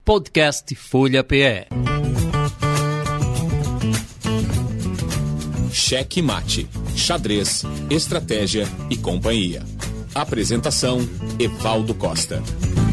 Podcast Folha PE. Cheque Mate, xadrez, estratégia e companhia. Apresentação, Evaldo Costa.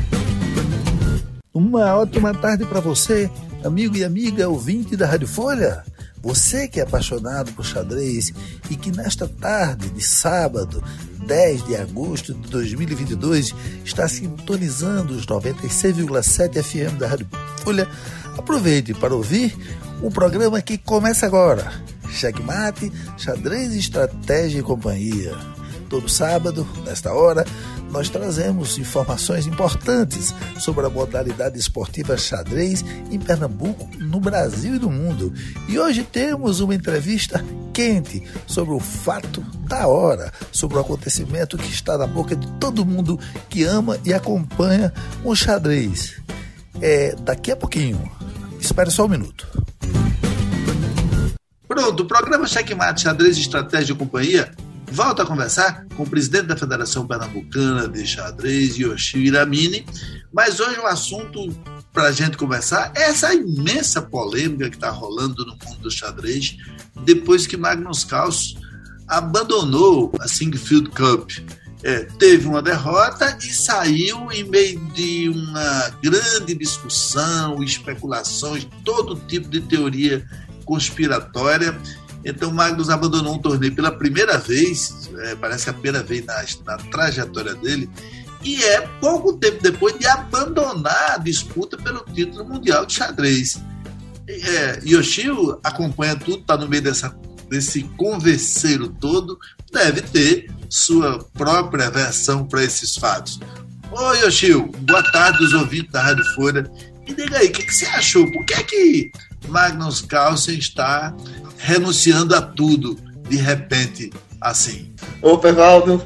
Uma ótima tarde para você, amigo e amiga ouvinte da Rádio Folha. Você que é apaixonado por xadrez e que nesta tarde de sábado, 10 de agosto de 2022, está sintonizando os 96,7 FM da Rádio Folha, aproveite para ouvir o programa que começa agora. Cheque Mate, xadrez, estratégia e companhia. Todo sábado, nesta hora, nós trazemos informações importantes sobre a modalidade esportiva xadrez em Pernambuco, no Brasil e no mundo. E hoje temos uma entrevista quente sobre o fato da hora, sobre o acontecimento que está na boca de todo mundo que ama e acompanha o xadrez. Daqui a pouquinho. Espere só um minuto. Pronto, o programa Cheque Mate, xadrez, estratégia e companhia volta a conversar com o presidente da Federação Pernambucana de Xadrez, Yoshio Iramine, mas hoje o assunto para a gente conversar é essa imensa polêmica que está rolando no mundo do xadrez depois que Magnus Carlsen abandonou a Sinquefield Cup. Teve uma derrota e saiu em meio de uma grande discussão, especulações, todo tipo de teoria conspiratória. Então Magnus abandonou um torneio pela primeira vez, parece que a primeira vez na trajetória dele, e pouco tempo depois de abandonar a disputa pelo título mundial de xadrez. Yoshio acompanha tudo, está no meio desse converseiro todo, deve ter sua própria versão para esses fatos. Ô Yoshio, boa tarde os ouvintes da Rádio Folha. Me diga aí, o que você achou? Por que Magnus Carlsen está renunciando a tudo de repente assim? Opa, Evaldo,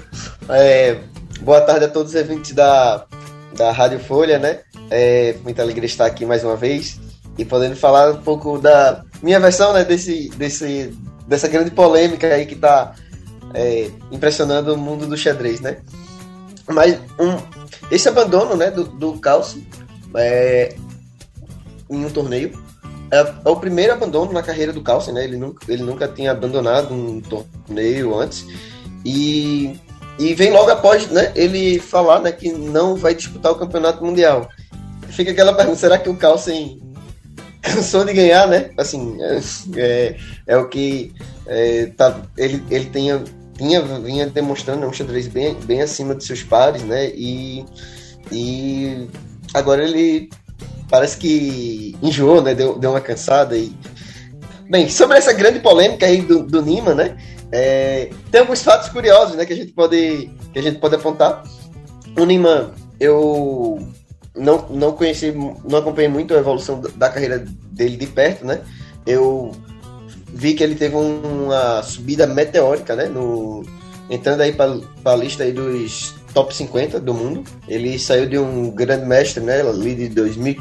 boa tarde a todos os ouvintes da Rádio Folha, né? Muita alegria estar aqui mais uma vez e podendo falar um pouco da minha versão, né, dessa grande polêmica aí que está impressionando o mundo do xadrez, né? Mas esse abandono, né, do Carlsen em um torneio é o primeiro abandono na carreira do Carlsen, né? Ele nunca tinha abandonado um torneio antes e vem logo após, né, ele falar, né, que não vai disputar o campeonato mundial. Fica aquela pergunta, será que o Carlsen cansou de ganhar, né? Assim, é o que ele vinha demonstrando um xadrez bem acima de seus pares, né? E agora ele parece que enjoou, né? Deu uma cansada. Bem, sobre essa grande polêmica aí do Niemann, né? Tem alguns fatos curiosos, né? Que a gente pode apontar. O Niemann, eu não conheci, não acompanhei muito a evolução da carreira dele de perto, né? Eu vi que ele teve uma subida meteórica, né? Entrando aí para a lista aí dos top 50 do mundo. Ele saiu de um grande mestre, né, ali de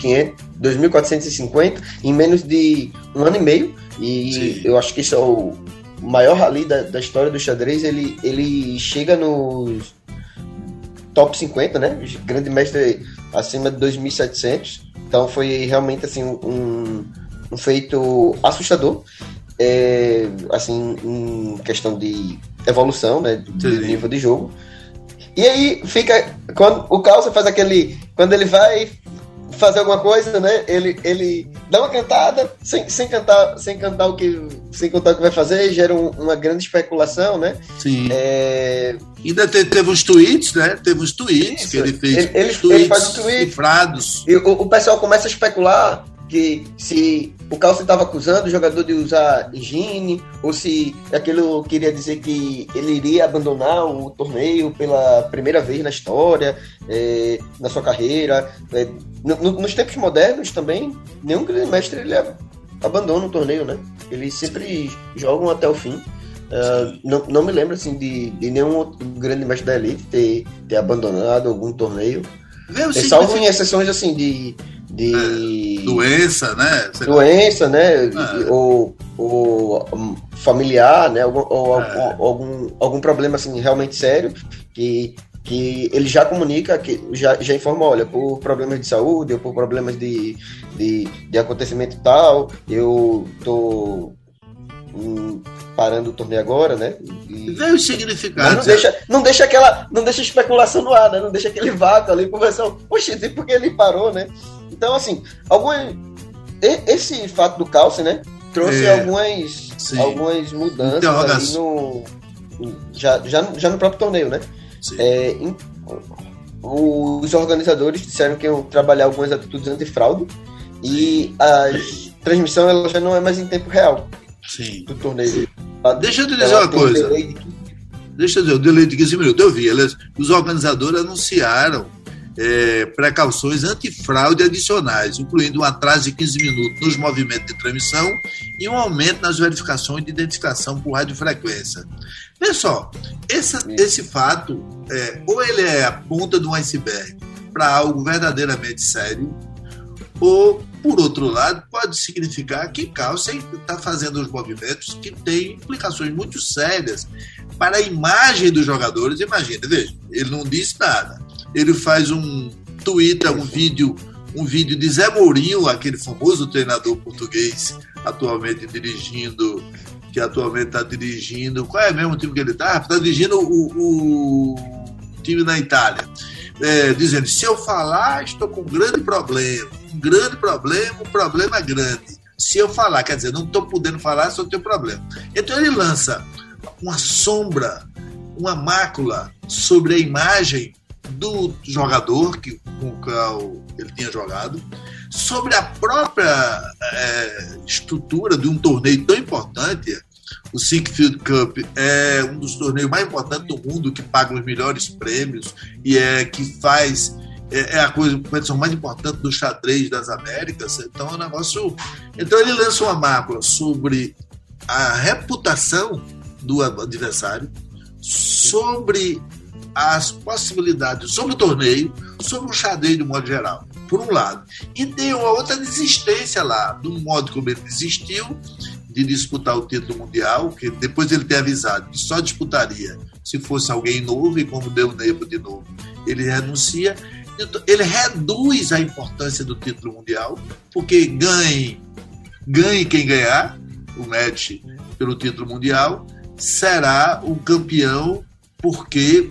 2.450 em menos de um ano e meio. E sim, eu acho que isso é o maior rally da história do xadrez. Ele chega nos top 50, né? Grande mestre acima de 2.700. Então foi realmente assim um feito assustador. Assim, em questão de evolução, né, do nível de jogo. E aí fica, quando o Carlsen faz quando ele vai fazer alguma coisa, né, ele dá uma cantada sem contar o que vai fazer, gera uma grande especulação, né? Sim. Ainda teve uns tweets, né? Teve uns tweets. Isso, que ele fez. Ele faz tweets cifrados. E o pessoal começa a especular que se o Carlsen estava acusando o jogador de usar engine, ou se aquilo queria dizer que ele iria abandonar o torneio pela primeira vez na história, na sua carreira. Nos tempos modernos também, nenhum grande mestre ele abandona o torneio, né? Eles sempre jogam até o fim. Não me lembro assim, de nenhum outro grande mestre da elite ter abandonado algum torneio. Salvo em exceções assim de doença, né? Doença, né? Ou familiar, né? Ou algum problema assim realmente sério que que ele já comunica, que já informa, olha, por problemas de saúde, ou por problemas de acontecimento tal, eu tô parando o torneio agora, né? E veio o significado. Não deixa especulação no ar, né? Não deixa aquele vácuo ali, conversão. Poxa, e por que ele parou, né? Então, assim, esse fato do Carlsen, né? Trouxe algumas mudanças ali já no próprio torneio, né? Os organizadores disseram que iam trabalhar algumas atitudes antifraude e a transmissão ela já não é mais em tempo real. Sim. Do torneio. Deixa eu te dizer uma coisa. Deixa eu dizer, o delay de 15 minutos. Eu vi, os organizadores anunciaram precauções antifraude adicionais, incluindo um atraso de 15 minutos nos movimentos de transmissão e um aumento nas verificações de identificação por radiofrequência. Pessoal, esse fato, ou ele é a ponta do iceberg para algo verdadeiramente sério, ou, por outro lado, pode significar que Carlsen está fazendo os movimentos que têm implicações muito sérias para a imagem dos jogadores. Imagina, veja, ele não disse nada. Ele faz um Twitter, um vídeo de Zé Mourinho, aquele famoso treinador português atualmente está dirigindo. Qual é mesmo o time que ele está? Está dirigindo o time na Itália. Dizendo, se eu falar, estou com um grande problema, um problema grande. Se eu falar, quer dizer, não estou podendo falar, só tenho problema. Então ele lança uma sombra, uma mácula sobre a imagem do jogador com o qual ele tinha jogado, sobre a própria estrutura de um torneio tão importante. O Sinquefield Cup é um dos torneios mais importantes do mundo, que paga os melhores prêmios e que faz a competição mais importante do xadrez das Américas. Então é um negócio. Então ele lança uma mácula sobre a reputação do adversário, sobre as possibilidades, sobre o torneio, sobre o xadrez de modo geral, por um lado. E tem uma outra desistência lá, do modo como ele desistiu de disputar o título mundial, que depois ele ter avisado que só disputaria se fosse alguém novo, e como deu Nebo de novo, ele renuncia. Ele reduz a importância do título mundial, porque ganhe quem ganhar o match pelo título mundial, será o campeão, porque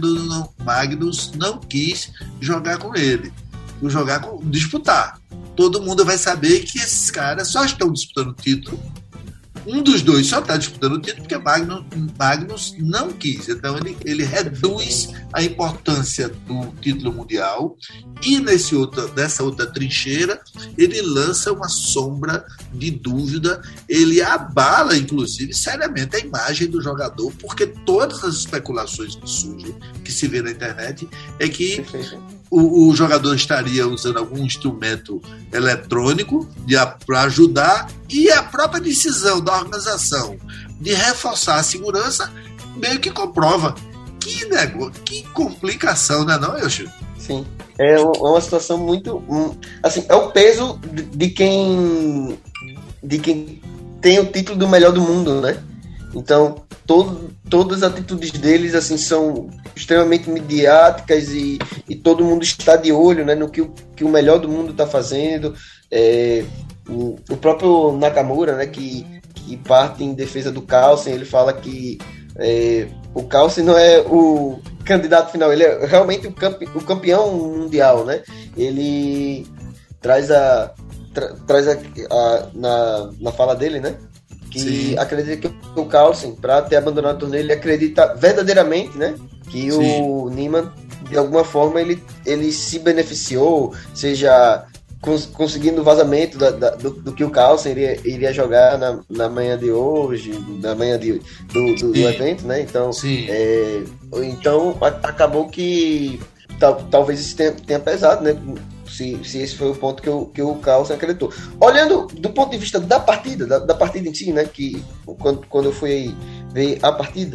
Magnus não quis jogar com ele, disputar. Todo mundo vai saber que esses caras só estão disputando o título. Um dos dois só está disputando o título porque Magnus não quis. Então ele reduz a importância do título mundial, e nessa outra trincheira ele lança uma sombra de dúvida. Ele abala, inclusive, seriamente a imagem do jogador, porque todas as especulações que surgem, que se vê na internet, é que o jogador estaria usando algum instrumento eletrônico para ajudar, e a própria decisão da organização de reforçar a segurança meio que comprova. Que complicação, né, não, Yoshi? Sim, é uma situação muito... assim, é o peso de quem tem o título do melhor do mundo, né? Então, todas as atitudes deles assim, são extremamente midiáticas e todo mundo está de olho, né, no que o melhor do mundo está fazendo. O próprio Nakamura, né, que parte em defesa do Carlsen, ele fala que o Carlsen não é o candidato final, ele é realmente o campeão mundial, né? Ele traz na fala dele, né, que Sim. acredita que o Carlsen, para ter abandonado o torneio, ele acredita verdadeiramente, né, que Sim. o Niemann, de alguma forma, ele se beneficiou, seja conseguindo vazamento do que o Carlsen iria jogar na manhã de hoje, na manhã do evento, né? Então, então acabou que talvez isso tenha pesado, né? Se esse foi o ponto que o Carlsen acreditou. Olhando do ponto de vista da partida, da partida em si, né? Que quando eu fui ver a partida,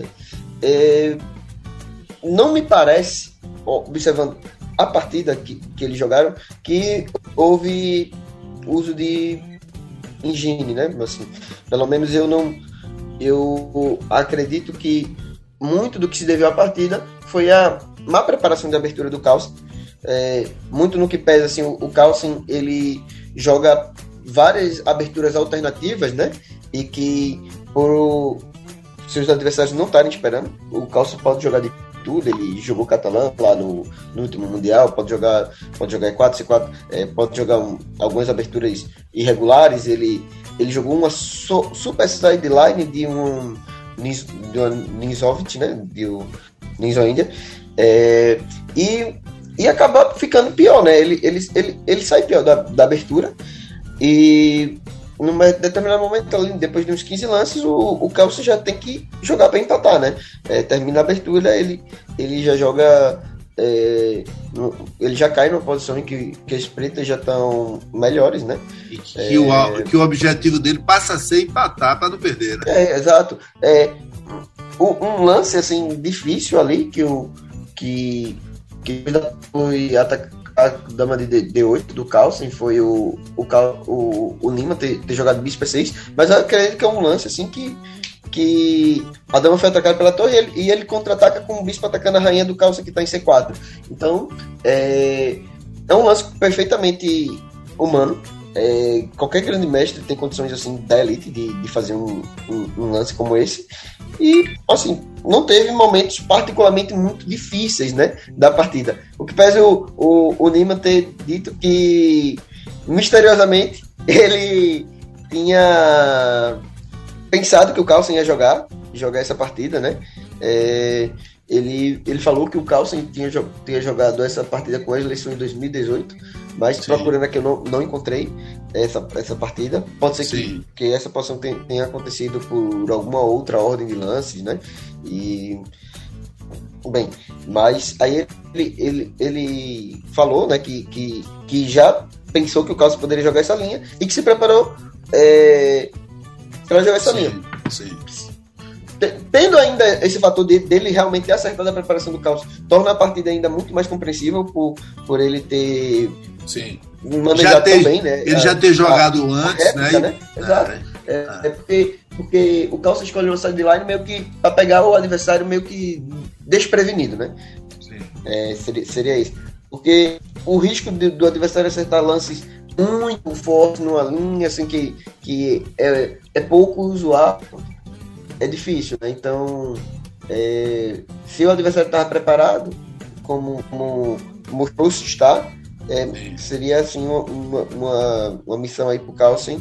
não me parece, observando a partida que eles jogaram, que houve uso de engine, né? Assim, pelo menos eu acredito que muito do que se deveu à partida foi a má preparação de abertura do Carlsen. Muito no que pesa, assim, o Carlsen, ele joga várias aberturas alternativas, né? E que por seus adversários não estarem esperando, o Carlsen pode jogar de tudo. Ele jogou Catalã lá no último Mundial, pode jogar E4, C4, pode jogar algumas aberturas irregulares. Ele jogou uma super sideline de um Ninzovic, né? De um Ninzo India, e acaba ficando pior, né? Ele sai pior da abertura, e num determinado momento, ali, depois de uns 15 lances, o Carlsen já tem que jogar para empatar, né? Termina a abertura, ele já joga, ele já cai numa posição em que as pretas já estão melhores, né? E que o objetivo dele passa a ser empatar para não perder, né? Exato. Um lance assim difícil ali que foi a dama de D8 do Carlsen, foi o Lima ter jogado bispo E6, mas eu acredito que é um lance assim que a dama foi atacada pela torre e ele contra-ataca com o bispo atacando a rainha do Carlsen, que está em C4. Então é um lance perfeitamente humano. Qualquer grande mestre tem condições assim da elite de fazer um lance como esse. E, assim, não teve momentos particularmente muito difíceis, né, da partida. O que pesa o Lima ter dito que, misteriosamente, ele tinha pensado que o Carlsen ia jogar essa partida, né? Ele falou que o Carlsen tinha jogado essa partida com ele em 2018, mas procurando aqui eu não encontrei essa partida. Pode ser que essa posição tenha acontecido por alguma outra ordem de lances, né? E bem, mas aí ele falou, né, que já pensou que o Carlsen poderia jogar essa linha e que se preparou para jogar essa linha. Sim. Tendo ainda esse fator dele realmente ter acertado a preparação do Carlsen, torna a partida ainda muito mais compreensível por ele ter manejado também, né? Ele já ter jogado antes, réplica, né? Exato. Porque o Carlsen escolheu uma sideline meio que para pegar o adversário meio que desprevenido, né? Sim. Seria isso. Porque o risco do adversário acertar lances muito fortes numa linha assim que é pouco usual, é difícil, né? Então, se o adversário estava preparado, como mostrou-se estar, seria assim uma missão aí pro Carlsen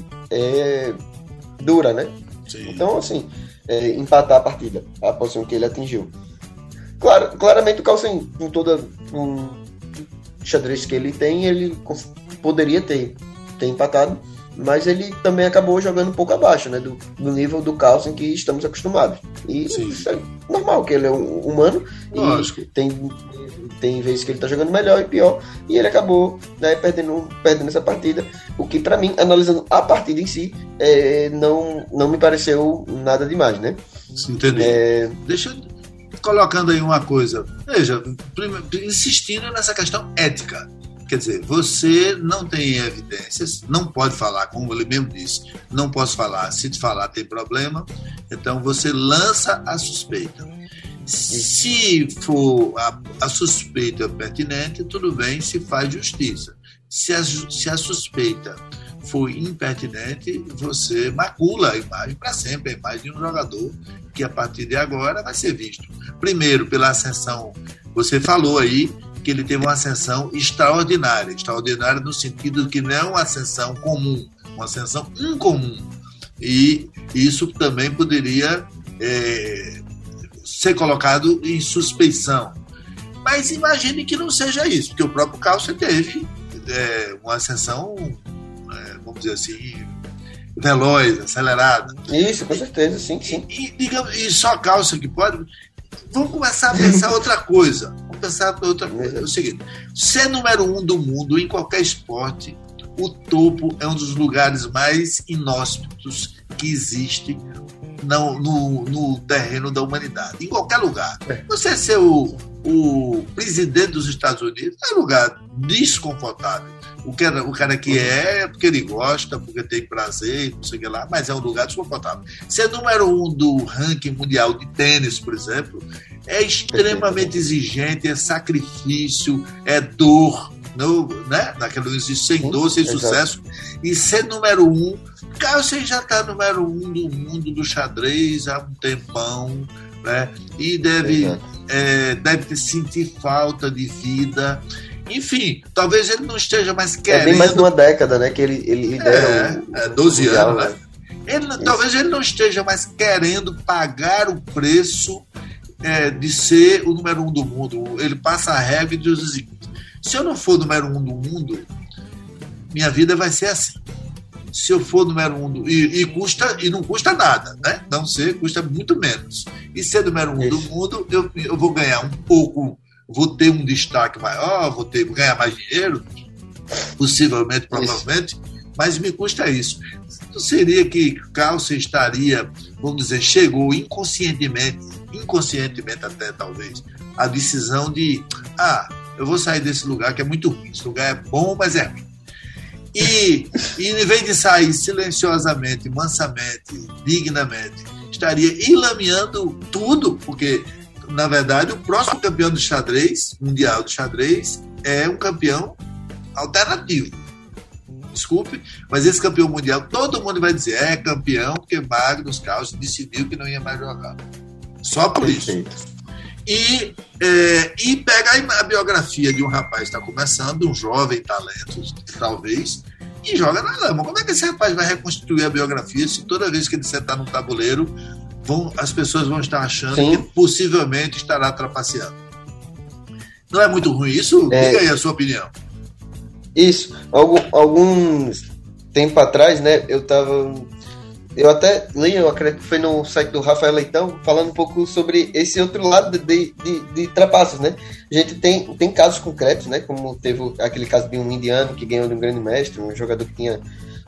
dura, né? Sim. Então, assim, empatar a partida, a posição que ele atingiu. Claramente o Carlsen, com todo o xadrez que ele tem, ele poderia ter empatado, mas ele também acabou jogando um pouco abaixo, né, do nível do Carlsen que estamos acostumados. E isso é normal, que ele é um humano. Lógico. E tem vezes que ele tá jogando melhor e pior, e ele acabou, né, perdendo essa partida, o que pra mim, analisando a partida em si, não me pareceu nada demais, né? Entendi. Deixa eu colocando aí uma coisa. Veja, insistindo nessa questão ética. Quer dizer, você não tem evidências, não pode falar, como ele mesmo disse, não posso falar, se te falar tem problema, então você lança a suspeita. Se for a suspeita pertinente, tudo bem, se faz justiça. Se a suspeita for impertinente, você macula a imagem para sempre, a imagem de um jogador que a partir de agora vai ser visto. Primeiro, pela ascensão, você falou aí, que ele teve uma ascensão extraordinária no sentido de que não é uma ascensão comum, uma ascensão incomum. E isso também poderia ser colocado em suspeição. Mas imagine que não seja isso, porque o próprio Carlsen teve uma ascensão, vamos dizer assim, veloz, acelerada. Isso, com certeza, sim. E só Carlsen que pode... Vamos começar a pensar outra coisa. É o seguinte: ser número 1 do mundo em qualquer esporte, o topo é um dos lugares mais inóspitos que existe no terreno da humanidade. Em qualquer lugar. Você ser o presidente dos Estados Unidos é um lugar desconfortável. O cara que porque ele gosta, porque tem prazer, não sei o que lá, mas é um lugar desconfortável. Ser número 1 do ranking mundial de tênis, por exemplo, é extremamente exigente, é sacrifício, é dor, né? Naquela sem dor, sem sucesso. E ser número 1, Carlsen já está número 1 do mundo do xadrez há um tempão, né? E deve sentir falta de vida. Enfim, talvez ele não esteja mais querendo... É bem mais de uma década, né? Que ele lidera 12 anos, né? Talvez ele não esteja mais querendo pagar o preço de ser o número 1 do mundo. Ele passa a regra e diz o seguinte: se eu não for número 1 do mundo, minha vida vai ser assim. Se eu for número 1 e não custa nada, né? Não ser, custa muito menos. E ser número 1 do mundo, eu vou ganhar um pouco, vou ter um destaque maior, vou ganhar mais dinheiro, possivelmente, provavelmente, mas me custa isso. Não seria que Carlsen estaria, vamos dizer, chegou inconscientemente até talvez, a decisão de eu vou sair desse lugar que é muito ruim, esse lugar é bom, mas é ruim. E em vez de sair silenciosamente, mansamente, dignamente, estaria enlameando tudo, porque, na verdade, o próximo campeão do xadrez, mundial do xadrez, é um campeão alternativo. Desculpe, mas esse campeão mundial, todo mundo vai dizer, é campeão porque Magnus Carlsen decidiu que não ia mais jogar. Só por isso. E pega a biografia de um rapaz que está começando, um jovem talento, talvez, e joga na lama. Como é que esse rapaz vai reconstituir a biografia se toda vez que ele sentar no tabuleiro, as pessoas vão estar achando que possivelmente estará trapaceando? Não é muito ruim isso? Diga aí a sua opinião. Isso. Alguns tempo atrás, né, eu até li, eu acredito que foi no site do Rafael Leitão, falando um pouco sobre esse outro lado de trapaças, né? A gente tem casos concretos, né? Como teve aquele caso de um indiano que ganhou de um grande mestre, um jogador que tinha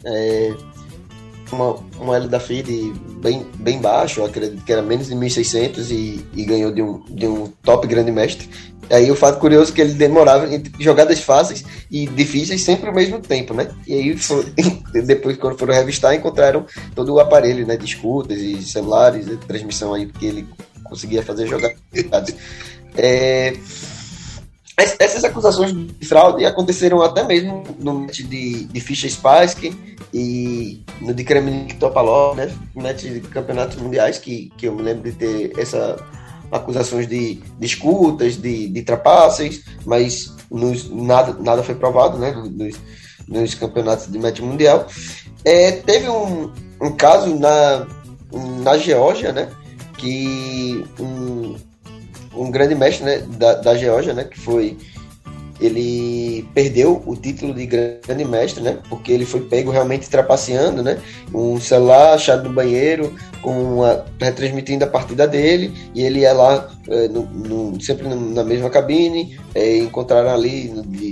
uma L da FIDE bem baixo, eu acredito que era menos de 1.600 e ganhou de um top grande mestre. Aí o fato curioso é que ele demorava entre jogadas fáceis e difíceis sempre ao mesmo tempo, né? E aí depois, quando foram revistar, encontraram todo o aparelho, né, de escutas e celulares, de transmissão aí, porque ele conseguia fazer jogadas. Essas acusações de fraude aconteceram até mesmo no match de Fischer-Spassky e no de Kremlin-Topalov, né? Match de campeonatos mundiais que eu me lembro de ter essa acusações de escutas, de trapaças, mas nada foi provado, né, nos campeonatos de match mundial. Teve um caso na Geórgia, né, que um grande mestre, né, da Geórgia, né, que foi... Ele perdeu o título de grande mestre, né? Porque ele foi pego realmente trapaceando, né? Um celular achado no banheiro, retransmitindo a partida dele, e ele ia lá sempre na mesma cabine, encontraram ali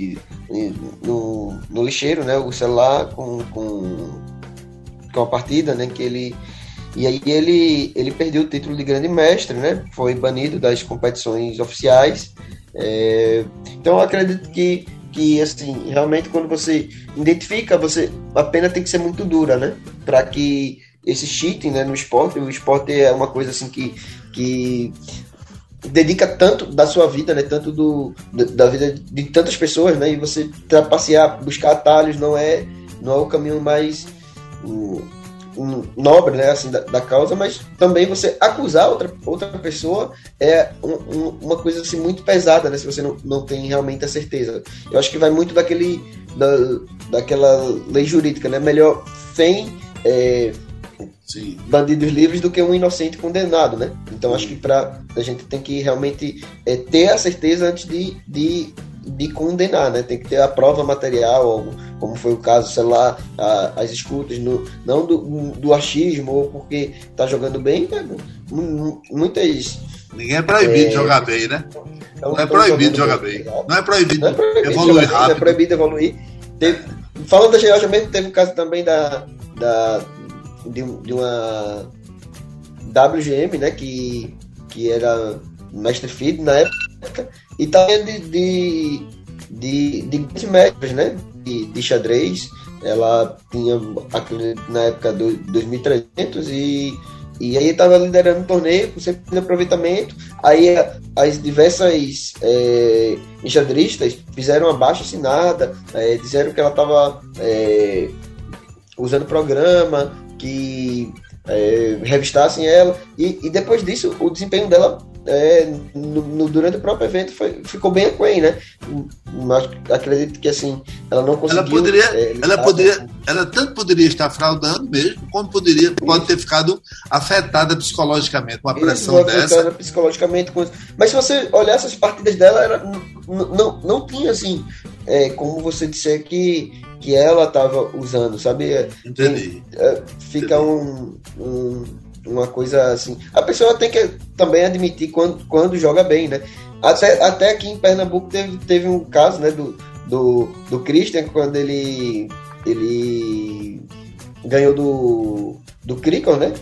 no lixeiro, né? O celular com a partida, né? E aí ele perdeu o título de grande mestre, né? Foi banido das competições oficiais. Então eu acredito que assim, realmente quando você identifica, a pena tem que ser muito dura, né? Para que esse cheating, né, no esporte, o esporte é uma coisa assim que dedica tanto da sua vida, né, tanto da vida de tantas pessoas, né? E você trapacear, buscar atalhos não é o caminho mais nobre, né, assim, da causa, mas também você acusar outra pessoa é uma coisa assim muito pesada, né, se você não tem realmente a certeza. Eu acho que vai muito daquela lei jurídica, né, melhor 100 bandidos livres do que um inocente condenado, né. Então acho que a gente tem que realmente ter a certeza antes de condenar, né? Tem que ter a prova material, como foi o caso, sei lá, as escutas, não do achismo ou porque tá jogando bem, né? Muitas... Ninguém é proibido de jogar bem, né? Não é proibido jogar bem. Não é proibido evoluir rápido. Não é proibido evoluir. Falando da Geórgia mesmo, teve um caso também de uma WGM, né? Que era Mestre FIDE na época, e também de grandes mestres, né? De xadrez. Ela tinha, na época, 2.300 E aí ele estava liderando o torneio com 100% de aproveitamento. Aí as diversas enxadristas fizeram abaixo assinada, disseram que ela estava usando programa, que revistassem ela. E depois disso, o desempenho dela durante o próprio evento ficou bem aquém, né? Mas acredito que assim, ela não conseguiu. Ela tanto poderia estar fraudando mesmo, como pode ter ficado afetada psicologicamente, uma pressão dessa. Psicologicamente, mas se você olhar essas partidas dela, ela não tinha assim, como você disser que ela estava usando, sabe? Entendi. Fica uma coisa assim. A pessoa tem que também admitir quando joga bem, né? Até aqui em Pernambuco teve um caso, né, do Christian, quando ele ganhou do Cricon, né?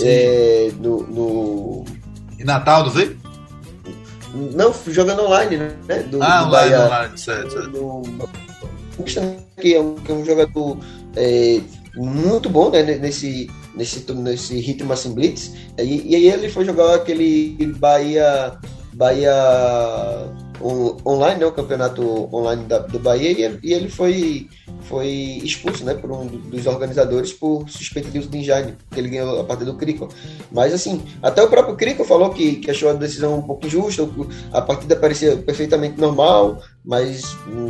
Em Natal, não veio? Não, jogando online, né? Online, certo. Que é um jogador muito bom, né, nesse ritmo assim blitz, e aí ele foi jogar aquele Bahia online, né, o campeonato online do Bahia, e ele foi expulso, né, por um dos organizadores por suspeita de uso de engine, porque ele ganhou a partida do Crico. Mas assim, até o próprio Crico falou que achou a decisão um pouco injusta, a partida parecia perfeitamente normal, mas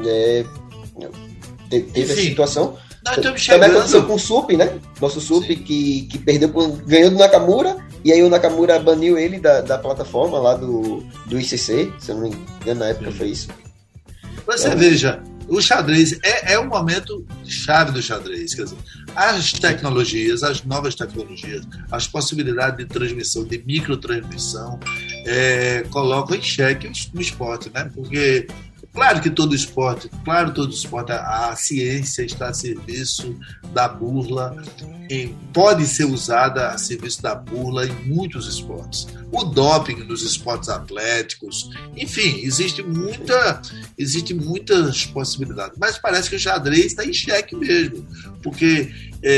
teve essa situação. Também aconteceu com o Sup, né? Nosso Sup que perdeu, ganhou do Nakamura, e aí o Nakamura baniu ele da plataforma lá do ICC, se eu não me engano, na época foi isso. Você veja, o xadrez é um momento chave do xadrez, quer dizer, as novas tecnologias, as possibilidades de transmissão, de microtransmissão, colocam em xeque o esporte, né? Porque Claro que todo esporte, a ciência está a serviço da burla, e pode ser usada a serviço da burla em muitos esportes. O doping nos esportes atléticos, enfim, existe muitas possibilidades. Mas parece que o xadrez está em xeque mesmo, porque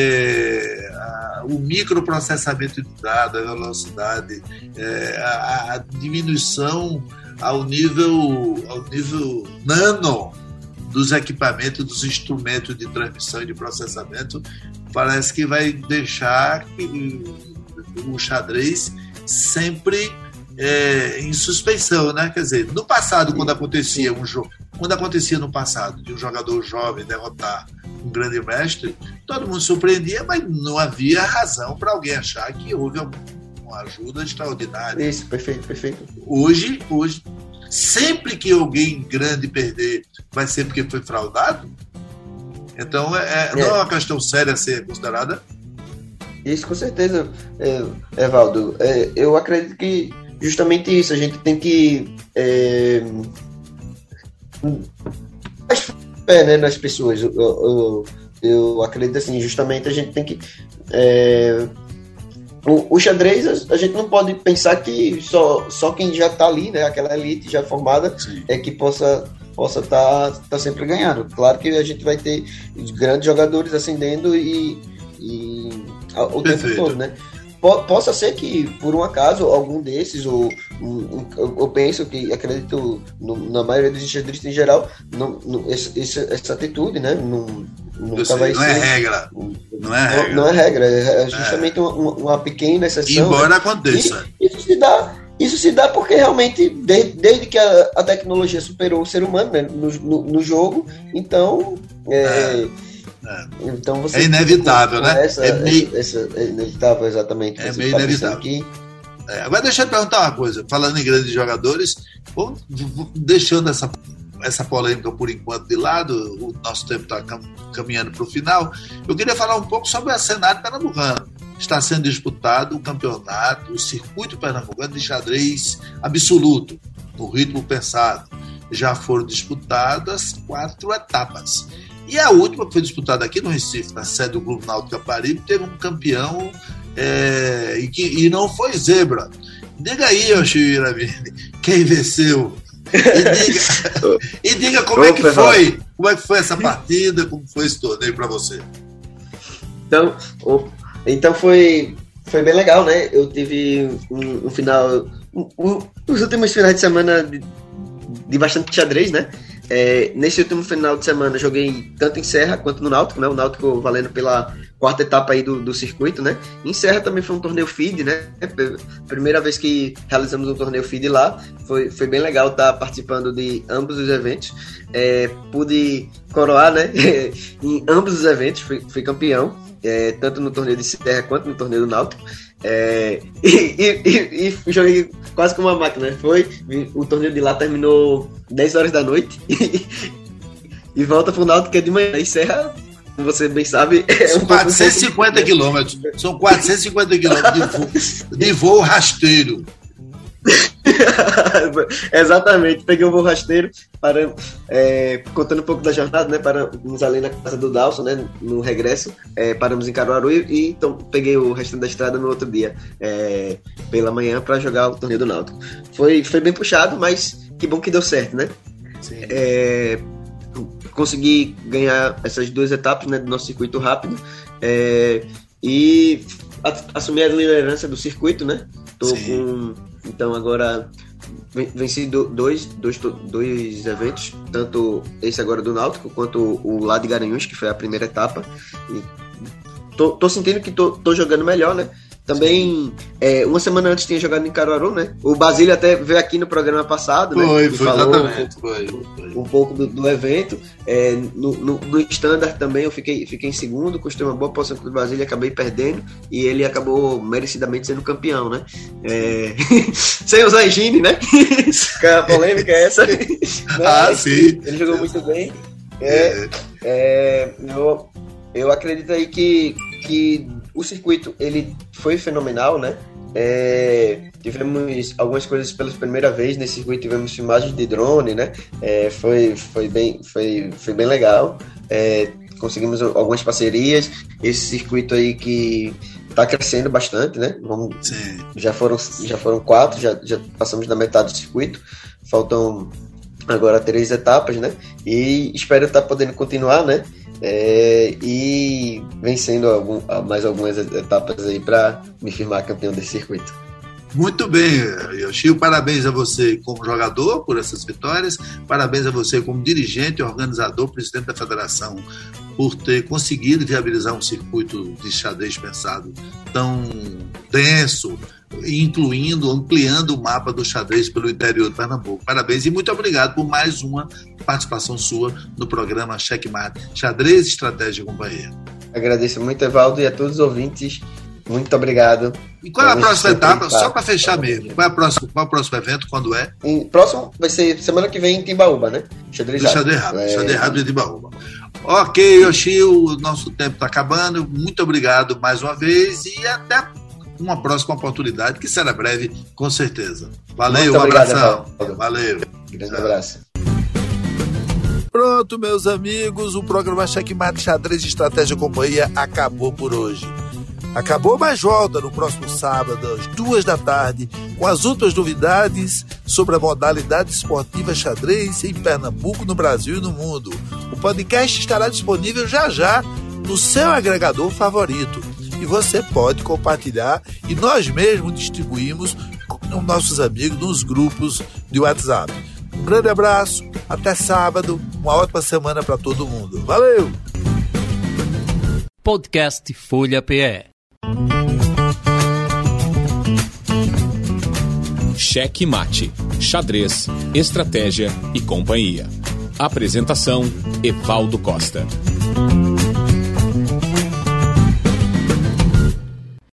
o microprocessamento de dados, a velocidade, a diminuição ao nível nano dos equipamentos, dos instrumentos de transmissão e de processamento, parece que vai deixar o xadrez sempre em suspeição, né? Quer dizer, no passado, quando acontecia no passado de um jogador jovem derrotar um grande mestre, todo mundo surpreendia, mas não havia razão para alguém achar que houve uma ajuda extraordinária. Isso, perfeito. Hoje, sempre que alguém grande perder, vai ser porque foi fraudado? Então, não é uma questão séria a ser considerada? Isso, com certeza, Evaldo. Eu acredito que justamente isso, a gente tem que fé, né, nas pessoas. Eu acredito assim, justamente a gente tem que o xadrez, a gente não pode pensar que só quem já está ali, né, aquela elite já formada, que possa estar sempre ganhando. Claro que a gente vai ter grandes jogadores ascendendo e o tempo todo, né? Possa ser que, por um acaso, algum desses, ou eu penso que, acredito na maioria dos xadristas em geral, essa atitude, né? Nunca vai ser. Não é regra. É justamente uma pequena exceção. Embora aconteça. Isso se dá porque realmente, desde que a tecnologia superou o ser humano, né, no jogo, então. Então você é inevitável, né? É inevitável, exatamente. É meio inevitável. Agora deixa eu te perguntar uma coisa. Falando em grandes jogadores, deixando essa polêmica por enquanto de lado, o nosso tempo está caminhando para o final, eu queria falar um pouco sobre o cenário pernambucano. Está sendo disputado o campeonato, o circuito pernambucano de xadrez absoluto, no ritmo pensado. Já foram disputadas 4 etapas. E a última, que foi disputada aqui no Recife, na sede do Clube Náutico Caparibe, teve um campeão e não foi zebra. Diga aí, Yoshihiro, quem venceu? E diga como é que foi. Como é que foi essa partida? Como foi esse torneio para você? Então foi foi bem legal, né? Eu tive um final... Os últimos finais de semana de bastante xadrez, né? Nesse último final de semana, joguei tanto em Serra quanto no Náutico, né? O Náutico valendo pela quarta etapa aí do circuito, né? Em Serra também foi um torneio FIDE, né? Primeira vez que realizamos um torneio FIDE lá. Foi bem legal estar participando de ambos os eventos. Pude coroar, né? Em ambos os eventos, fui campeão. Tanto no torneio de Serra quanto no torneio do Náutico. E joguei quase como uma máquina, né? O torneio de lá terminou 10 horas da noite e volta pro Náutico, que é de manhã. E Serra, como você bem sabe, são 450 quilômetros. São 450 quilômetros de voo rasteiro. Exatamente, peguei o voo rasteiro, contando um pouco da jornada, né? Paramos ali na casa do Dalson, né? No regresso, paramos em Caruaru e então peguei o restante da estrada no outro dia, pela manhã, para jogar o torneio do Náutico. Foi bem puxado, mas que bom que deu certo, né? Sim. Consegui ganhar essas 2 etapas, né, do nosso circuito rápido, e assumi a liderança do circuito, né? Então agora venci dois eventos, tanto esse agora do Náutico quanto o lá de Garanhuns, que foi a primeira etapa. E tô sentindo que tô jogando melhor, né? Também, uma semana antes tinha jogado em Caruaru, né? O Basílio até veio aqui no programa passado, né? Foi, exatamente. Um pouco do evento. No Standard também eu fiquei em segundo, custei uma boa posição com o Basílio, acabei perdendo, e ele acabou merecidamente sendo campeão, né? Sem usar engine, né? A polêmica é essa. Sim. Ele jogou muito bem. Eu acredito aí que o circuito ele foi fenomenal, né? Tivemos algumas coisas pela primeira vez nesse circuito, tivemos filmagens de drone, né? Foi bem legal. Conseguimos algumas parcerias. Esse circuito aí que tá crescendo bastante, né? Já foram 4, já passamos da metade do circuito. Faltam agora 3 etapas, né? E espero estar podendo continuar, né? E vencendo mais algumas etapas aí para me firmar campeão desse circuito. Muito bem, Yoshio, parabéns a você como jogador por essas vitórias, parabéns a você como dirigente, organizador, presidente da federação, por ter conseguido viabilizar um circuito de xadrez pensado tão denso, ampliando o mapa do xadrez pelo interior de Pernambuco. Parabéns e muito obrigado por mais uma participação sua no programa Checkmate, Xadrez, Estratégia e Companhia. Agradeço muito, Evaldo, e a todos os ouvintes. Muito obrigado. E qual é a próxima etapa? Só para fechar mesmo. Qual é o próximo evento? Quando é? Próximo vai ser semana que vem em Timbaúba, né? Xadrez rápido de Timbaúba. Ok, Yoshio, o nosso tempo está acabando. Muito obrigado mais uma vez e até uma próxima oportunidade, que será breve, com certeza. Valeu, um abração. Valeu. Grande abraço. Pronto, meus amigos, o programa Checkmate Xadrez de Estratégia e Companhia acabou por hoje. Acabou, mas volta no próximo sábado, às 14h, com as últimas novidades sobre a modalidade esportiva xadrez em Pernambuco, no Brasil e no mundo. O podcast estará disponível já no seu agregador favorito. E você pode compartilhar e nós mesmos distribuímos com nossos amigos nos grupos de WhatsApp. Um grande abraço, até sábado, uma ótima semana para todo mundo. Valeu! Podcast Folha PE. Checkmate, Xadrez, Estratégia e Companhia. Apresentação: Evaldo Costa.